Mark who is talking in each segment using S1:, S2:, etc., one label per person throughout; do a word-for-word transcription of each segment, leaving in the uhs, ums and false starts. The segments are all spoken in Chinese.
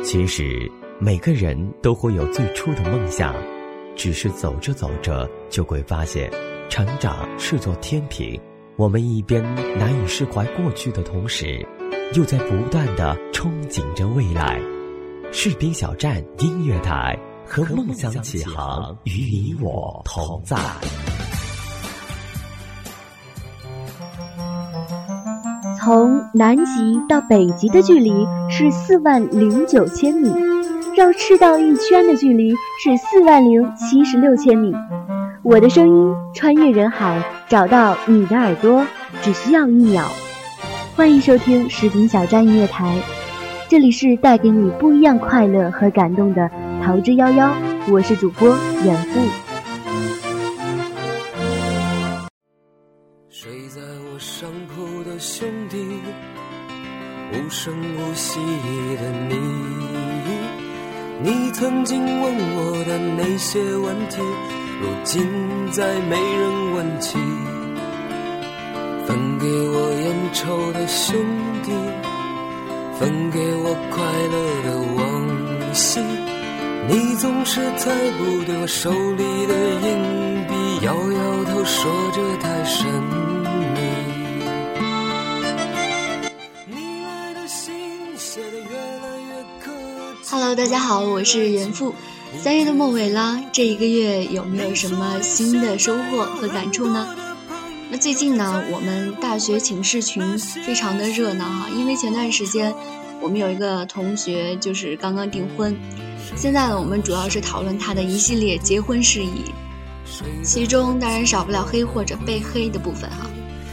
S1: 其实每个人都会有最初的梦想，只是走着走着就会发现，成长是座天平，我们一边难以释怀过去的同时，又在不断地憧憬着未来。士兵小站音乐台，和梦想起航，与你我同在。
S2: 从南极到北极的距离是四万零九千米，绕赤道一圈的距离是四万零七十六千米。我的声音穿越人海，找到你的耳朵，只需要一秒。欢迎收听士兵小站音乐台，这里是带给你不一样快乐和感动的桃之夭夭，我是主播远富。
S3: 睡在我上铺的兄弟，无声无息的你，你曾经问我的那些问题，如今再没人问起。分给我烟抽的兄弟，分给我快乐的往昔，你总是猜不对我手里的硬币，摇摇头说着太神秘。你来的信写得越来越客气。
S2: Hello， 大家好，我是袁富。三月的末尾啦，这一个月有没有什么新的收获和感触呢？那最近呢，我们大学寝室群非常的热闹哈，因为前段时间我们有一个同学就是刚刚订婚，现在呢我们主要是讨论他的一系列结婚事宜，其中当然少不了黑或者被黑的部分哈。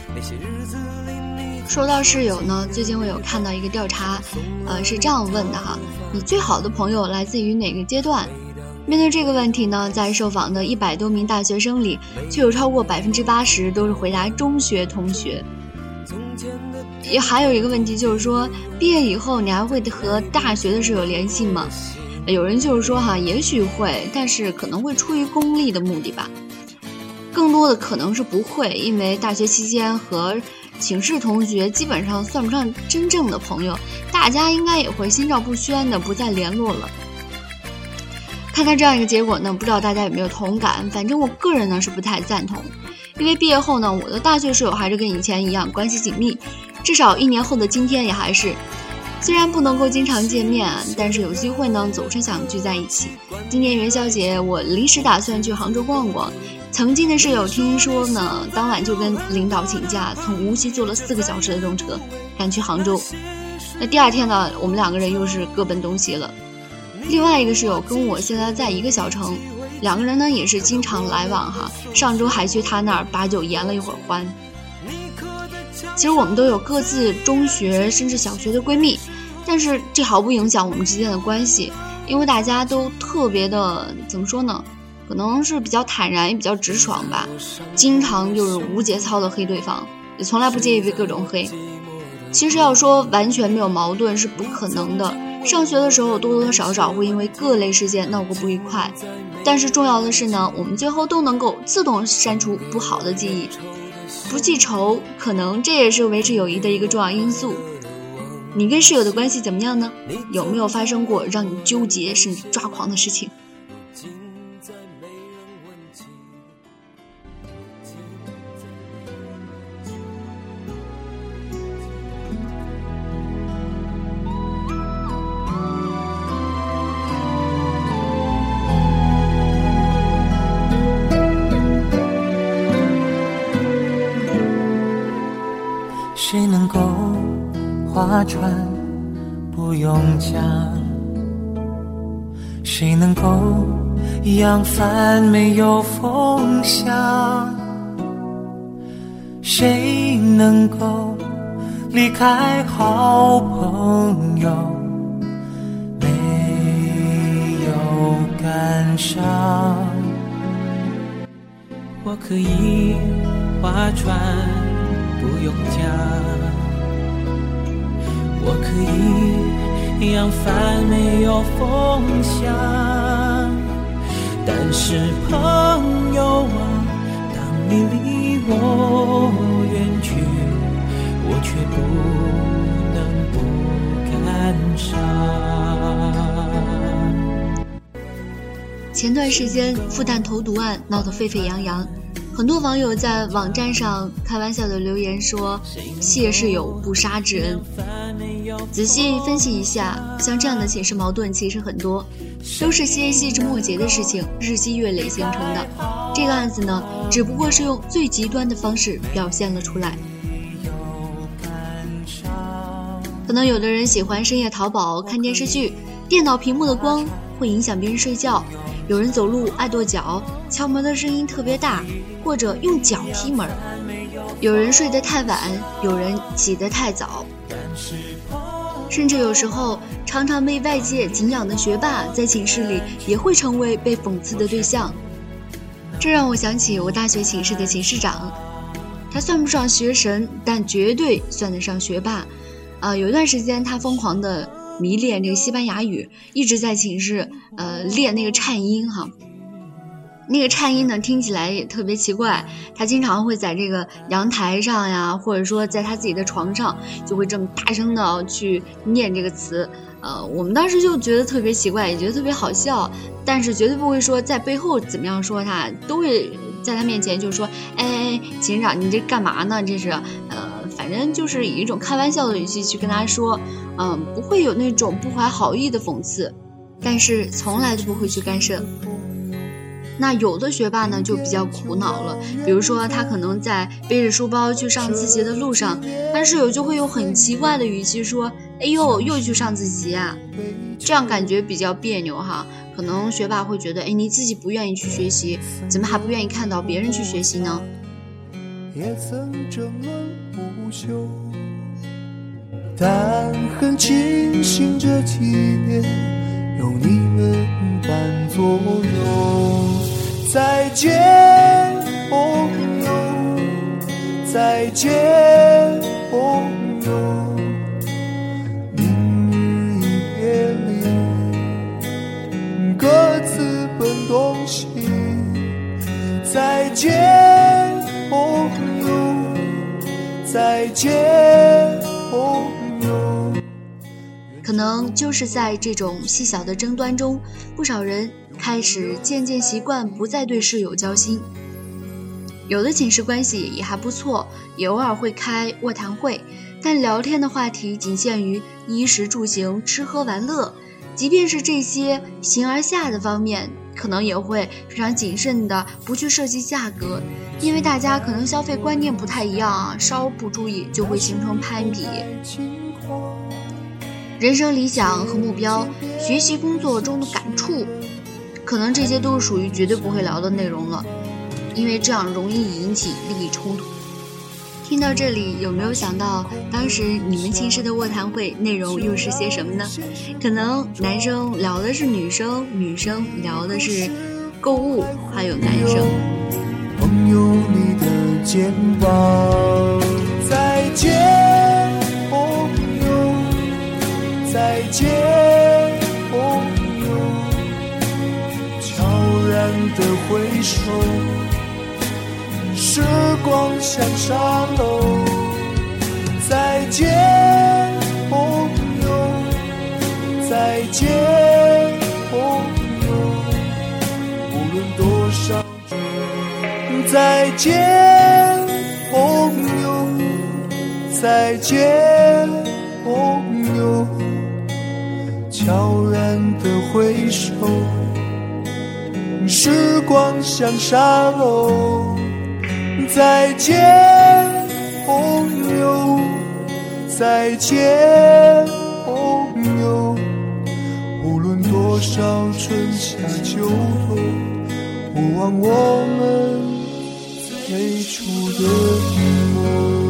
S2: 说到室友呢，最近我有看到一个调查，呃是这样问的哈，你最好的朋友来自于哪个阶段？面对这个问题呢，在受访的一百多名大学生里，却有超过百分之八十都是回答中学同学。也还有一个问题就是说，毕业以后你还会和大学的室友联系吗？有人就是说哈，也许会，但是可能会出于功利的目的吧。更多的可能是不会，因为大学期间和寝室同学基本上算不上真正的朋友，大家应该也会心照不宣的不再联络了。看到这样一个结果呢，不知道大家有没有同感？反正我个人呢是不太赞同，因为毕业后呢，我的大学室友还是跟以前一样关系紧密，至少一年后的今天也还是。虽然不能够经常见面，但是有机会呢，总是想聚在一起。今年元宵节，我临时打算去杭州逛逛。曾经的室友听说呢，当晚就跟领导请假，从无锡坐了四个小时的动车赶去杭州。那第二天呢，我们两个人又是各奔东西了。另外一个室友跟我现在在一个小城，两个人呢也是经常来往哈。上周还去他那儿把酒言了一会儿欢。其实我们都有各自中学甚至小学的闺蜜，但是这毫不影响我们之间的关系，因为大家都特别的怎么说呢？可能是比较坦然，也比较直爽吧。经常就是无节操的黑对方，也从来不介意被各种黑。其实要说完全没有矛盾是不可能的。上学的时候多多少少会因为各类事件闹过不愉快，但是重要的是呢，我们最后都能够自动删除不好的记忆，不记仇，可能这也是维持友谊的一个重要因素。你跟室友的关系怎么样呢？有没有发生过让你纠结甚至抓狂的事情？
S3: 谁能够划船不用桨？谁能够扬帆没有风向？谁能够离开好朋友没有感伤？我可以划船不用桨，我可以扬帆没有风向，但是朋友啊，当你离我远去，我却不能不感伤。
S2: 前段时间复旦投毒案闹得沸沸扬扬，很多网友在网站上开玩笑的留言说谢氏有不杀之恩。仔细分析一下，像这样的寝室矛盾其实很多，都是些细枝末节的事情日积月累形成的。这个案子呢，只不过是用最极端的方式表现了出来。可能有的人喜欢深夜淘宝看电视剧，电脑屏幕的光会影响别人睡觉，有人走路爱跺脚，敲门的声音特别大，或者用脚踢门，有人睡得太晚，有人起得太早，甚至有时候常常被外界敬仰的学霸在寝室里也会成为被讽刺的对象。这让我想起我大学寝室的寝室长，他算不上学神，但绝对算得上学霸。呃，有一段时间他疯狂的迷恋这个西班牙语，一直在寝室呃练那个颤音哈。那个颤音呢听起来也特别奇怪，他经常会在这个阳台上呀，或者说在他自己的床上，就会这么大声的去念这个词。呃，我们当时就觉得特别奇怪，也觉得特别好笑，但是绝对不会说在背后怎么样说他，都会在他面前就说，哎，寝室长你这干嘛呢？这是呃，反正就是以一种开玩笑的语气去跟他说，嗯、呃，不会有那种不怀好意的讽刺，但是从来都不会去干涉。那有的学霸呢就比较苦恼了，比如说他可能在背着书包去上自习的路上，他室友就会有很奇怪的语气说，哎呦又去上自习啊，这样感觉比较别扭哈。可能学霸会觉得，哎，你自己不愿意去学习，怎么还不愿意看到别人去学习呢？
S4: 也曾争论不休，但很庆幸这几年有你们伴左右。再见，朋友，再见，朋友，明日一别离，各自奔东西。再见，朋友，再见，朋友。
S2: 可能就是在这种细小的争端中，不少人开始渐渐习惯不再对室友交心。有的寝室关系也还不错，也偶尔会开卧谈会，但聊天的话题仅限于衣食住行、吃喝玩乐。即便是这些形而下的方面，可能也会非常谨慎的不去涉及价格，因为大家可能消费观念不太一样啊，稍不注意就会形成攀比。人生理想和目标，学习工作中的感触，可能这些都是属于绝对不会聊的内容了，因为这样容易引起利益冲突。听到这里，有没有想到当时你们寝室的卧谈会内容又是些什么呢？可能男生聊的是女生，女生聊的是购物，还有男生。
S4: 朋友，你的肩膀，再见，朋友，再见，朋友，悄然的挥手，时光像沙漏。再见，朋友，再见，朋友，无论多少。再见，朋友，再见，朋友，悄然的挥手，时光像沙漏。再见，朋友，再见，朋友，无论多少春夏秋冬，不忘我们最初的梦。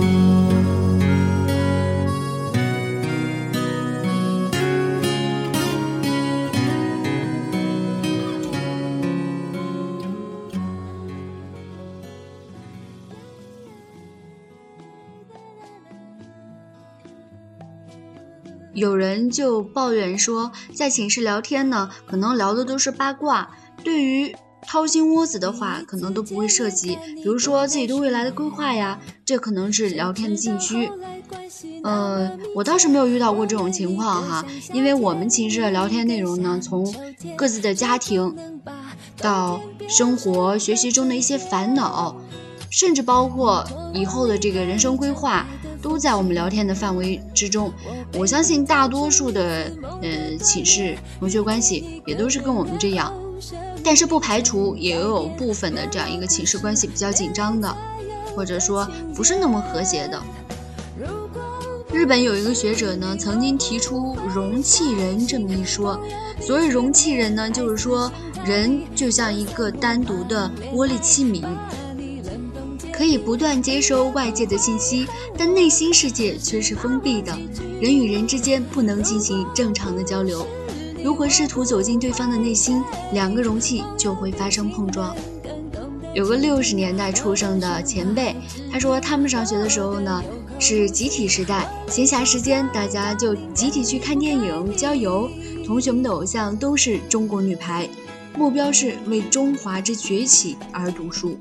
S2: 有人就抱怨说，在寝室聊天呢，可能聊的都是八卦，对于掏心窝子的话可能都不会涉及，比如说自己对未来的规划呀，这可能是聊天的禁区。呃，我倒是没有遇到过这种情况哈，因为我们寝室的聊天内容呢，从各自的家庭到生活学习中的一些烦恼，甚至包括以后的这个人生规划，都在我们聊天的范围之中。我相信大多数的呃寝室同学关系也都是跟我们这样，但是不排除也有部分的这样一个寝室关系比较紧张的，或者说不是那么和谐的。日本有一个学者呢，曾经提出容器人这么一说。所谓容器人呢，就是说人就像一个单独的玻璃器皿，可以不断接收外界的信息，但内心世界却是封闭的，人与人之间不能进行正常的交流。如果试图走进对方的内心，两个容器就会发生碰撞。有个六十年代出生的前辈，他说他们上学的时候呢，是集体时代，闲暇时间大家就集体去看电影、郊游，同学们的偶像都是中国女排，目标是为中华之崛起而读书。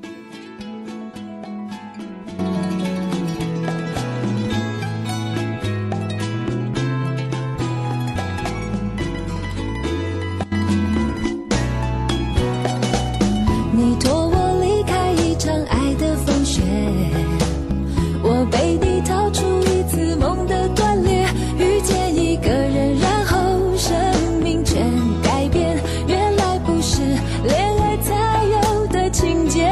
S5: 你托我离开一场爱的风雪，我被你逃出一次梦的断裂，遇见一个人，然后生命全改变，原来不是恋爱才有的情节。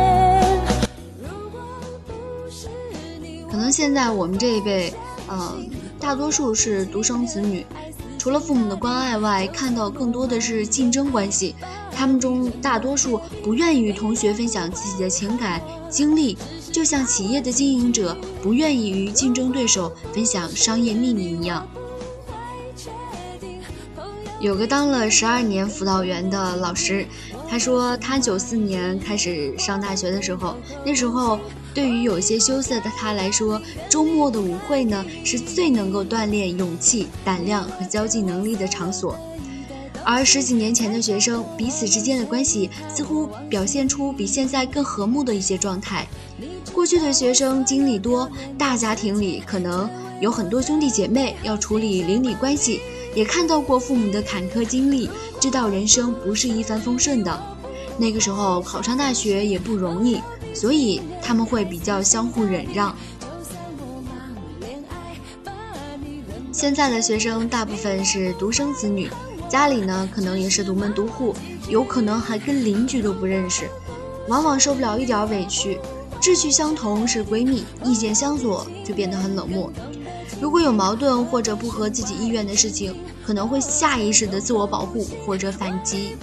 S2: 可能现在我们这一辈呃，大多数是独生子女，除了父母的关爱外，看到更多的是竞争关系。他们中大多数不愿意与同学分享自己的情感经历，就像企业的经营者不愿意与竞争对手分享商业秘密一样。有个当了十二年辅导员的老师，他说他九四年开始上大学的时候，那时候对于有些羞涩的他来说，周末的舞会呢是最能够锻炼勇气、胆量和交际能力的场所。而十几年前的学生彼此之间的关系似乎表现出比现在更和睦的一些状态。过去的学生经历多，大家庭里可能有很多兄弟姐妹要处理邻里关系，也看到过父母的坎坷经历，知道人生不是一帆风顺的。那个时候考上大学也不容易，所以他们会比较相互忍让。现在的学生大部分是独生子女，家里呢可能也是独门独户，有可能还跟邻居都不认识，往往受不了一点委屈。志趣相同是闺蜜，意见相左就变得很冷漠。如果有矛盾或者不合自己意愿的事情，可能会下意识的自我保护或者反击。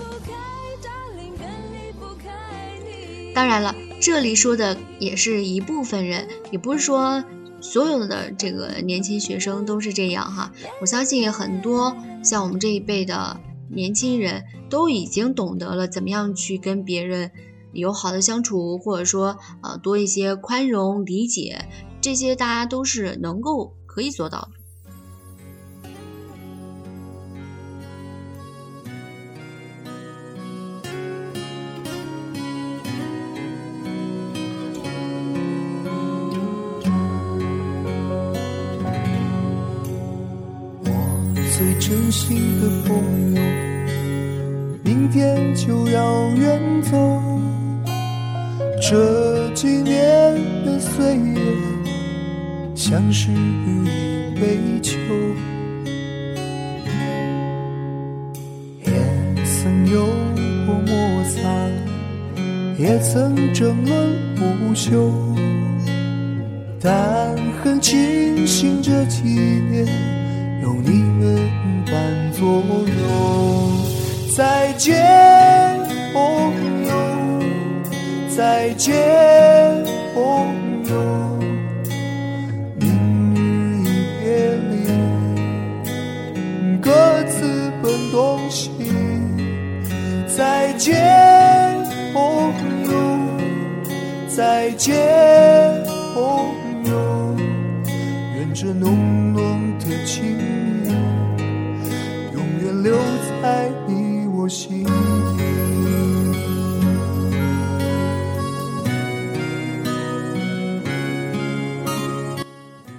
S2: 当然了，这里说的也是一部分人，也不是说所有的这个年轻学生都是这样哈。我相信很多像我们这一辈的年轻人都已经懂得了怎么样去跟别人友好的相处，或者说呃多一些宽容理解，这些大家都是能够可以做到的。
S4: 最真心的朋友，明天就要远走，这几年的岁月像是一杯酒，也曾有过摩擦，也曾争论不休，但很庆幸这几年有你们伴左右。再见朋友，再见朋友，明日一别离，各自奔东西。再见朋友，再见朋友，愿这浓浓的情谊永远留在你我心底。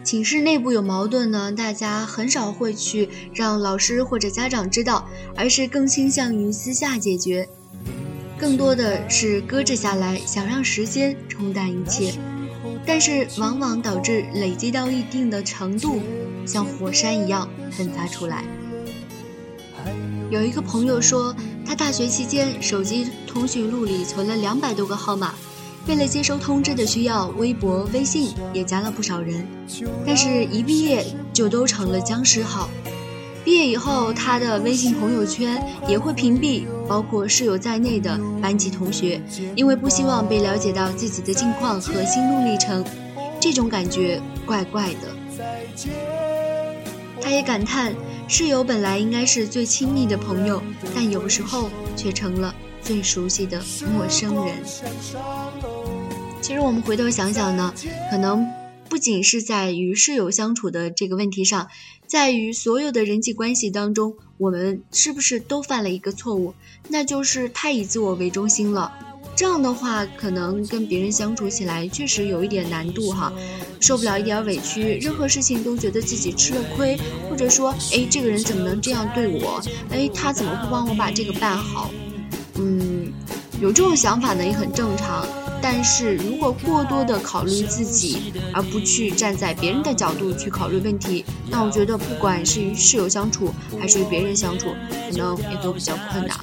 S2: 寝室内部有矛盾呢，大家很少会去让老师或者家长知道，而是更倾向于私下解决，更多的是搁置下来，想让时间冲淡一切，但是往往导致累积到一定的程度，像火山一样喷发出来。有一个朋友说，他大学期间手机通讯录里存了两百多个号码，为了接收通知的需要，微博、微信也加了不少人，但是一毕业就都成了僵尸号。毕业以后，他的微信朋友圈也会屏蔽包括室友在内的班级同学，因为不希望被了解到自己的近况和心路历程，这种感觉怪怪的。他也感叹，室友本来应该是最亲密的朋友，但有时候却成了最熟悉的陌生人。其实我们回头想想呢，可能不仅是在于室友相处的这个问题上，在于所有的人际关系当中，我们是不是都犯了一个错误，那就是太以自我为中心了。这样的话，可能跟别人相处起来确实有一点难度哈，受不了一点委屈，任何事情都觉得自己吃了亏，或者说，哎，这个人怎么能这样对我？哎，他怎么不帮我把这个办好？嗯，有这种想法呢也很正常。但是如果过多的考虑自己，而不去站在别人的角度去考虑问题，那我觉得不管是与室友相处还是与别人相处，可能也都比较困难。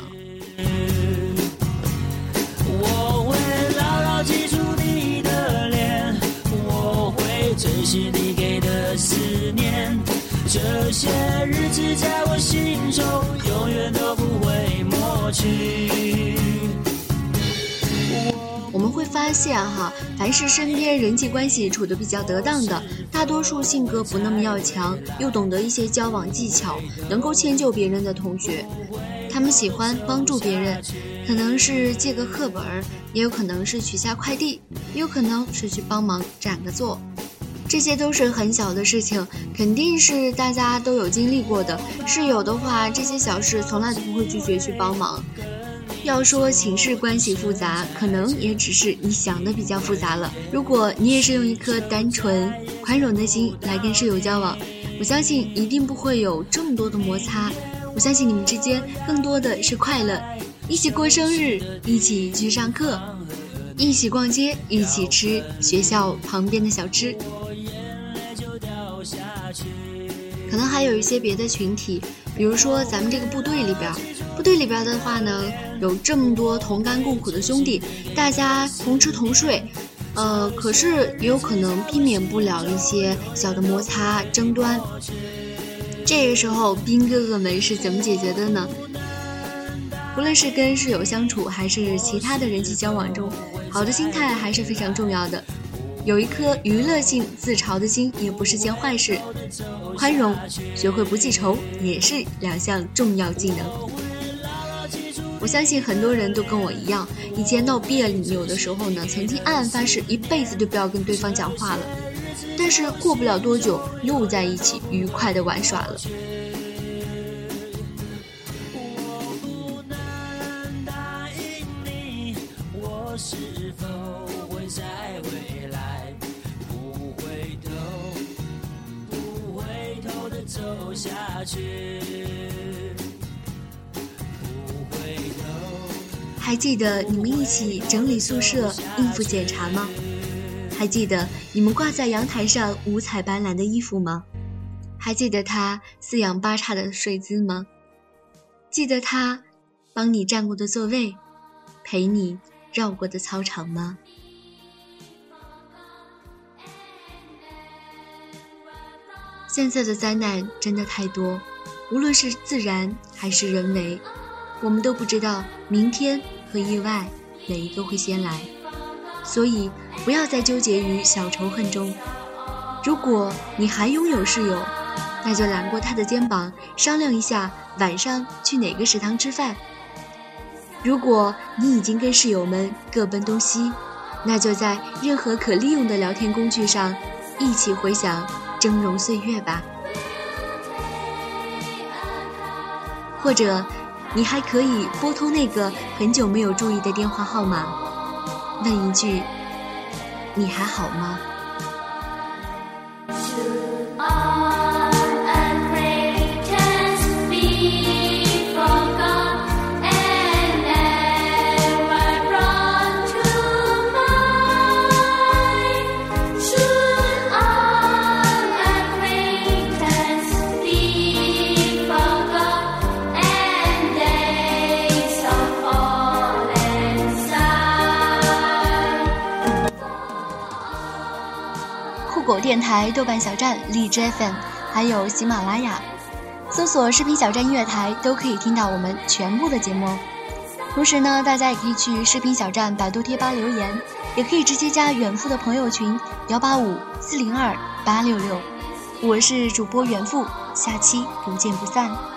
S6: 我会牢牢记住你的脸，我会珍惜你给的思念，这些日子在我心中永远都不会抹去。
S2: 我们会发现哈，凡是身边人际关系处得比较得当的，大多数性格不那么要强，又懂得一些交往技巧，能够迁就别人的同学，他们喜欢帮助别人，可能是借个课本，也有可能是取下快递，也有可能是去帮忙占个座，这些都是很小的事情，肯定是大家都有经历过的。室友的话，这些小事从来都不会拒绝去帮忙。要说寝室关系复杂，可能也只是你想的比较复杂了。如果你也是用一颗单纯宽容的心来跟室友交往，我相信一定不会有这么多的摩擦，我相信你们之间更多的是快乐，一起过生日，一起去上课，一起逛街，一起吃学校旁边的小吃。可能还有一些别的群体，比如说咱们这个部队里边，部队里边的话呢，有这么多同甘共苦的兄弟，大家同吃同睡，呃，可是也有可能避免不了一些小的摩擦争端。这个时候兵哥哥们是怎么解决的呢？无论是跟室友相处还是其他的人际交往中，好的心态还是非常重要的，有一颗娱乐性自嘲的心也不是件坏事，宽容学会不记仇也是两项重要技能。我相信很多人都跟我一样，以前闹别扭的时候呢，曾经暗暗发誓一辈子都不要跟对方讲话了，但是过不了多久又在一起愉快地玩耍了。
S6: 是否会再回来，不回头不回头的走下去，不回头。
S2: 还记得你们一起整理宿舍应付检查吗？还记得你们挂在阳台上五彩斑斓的衣服吗？还记得他四仰八叉的睡姿吗？记得他帮你占过的座位，陪你绕过的操场吗？现在的灾难真的太多，无论是自然还是人为，我们都不知道明天和意外哪一个会先来，所以不要再纠结于小仇恨中。如果你还拥有室友，那就揽过他的肩膀，商量一下晚上去哪个食堂吃饭。如果你已经跟室友们各奔东西，那就在任何可利用的聊天工具上一起回想峥嵘岁月吧。或者你还可以拨通那个很久没有注意的电话号码，问一句你还好吗？ 果电台、豆瓣小站、荔枝 F M， 还有喜马拉雅，搜索视频小站音乐台都可以听到我们全部的节目。同时呢，大家也可以去视频小站百度贴吧留言，也可以直接加远父的朋友群幺八五四零二八六六。我是主播远父，下期不见不散。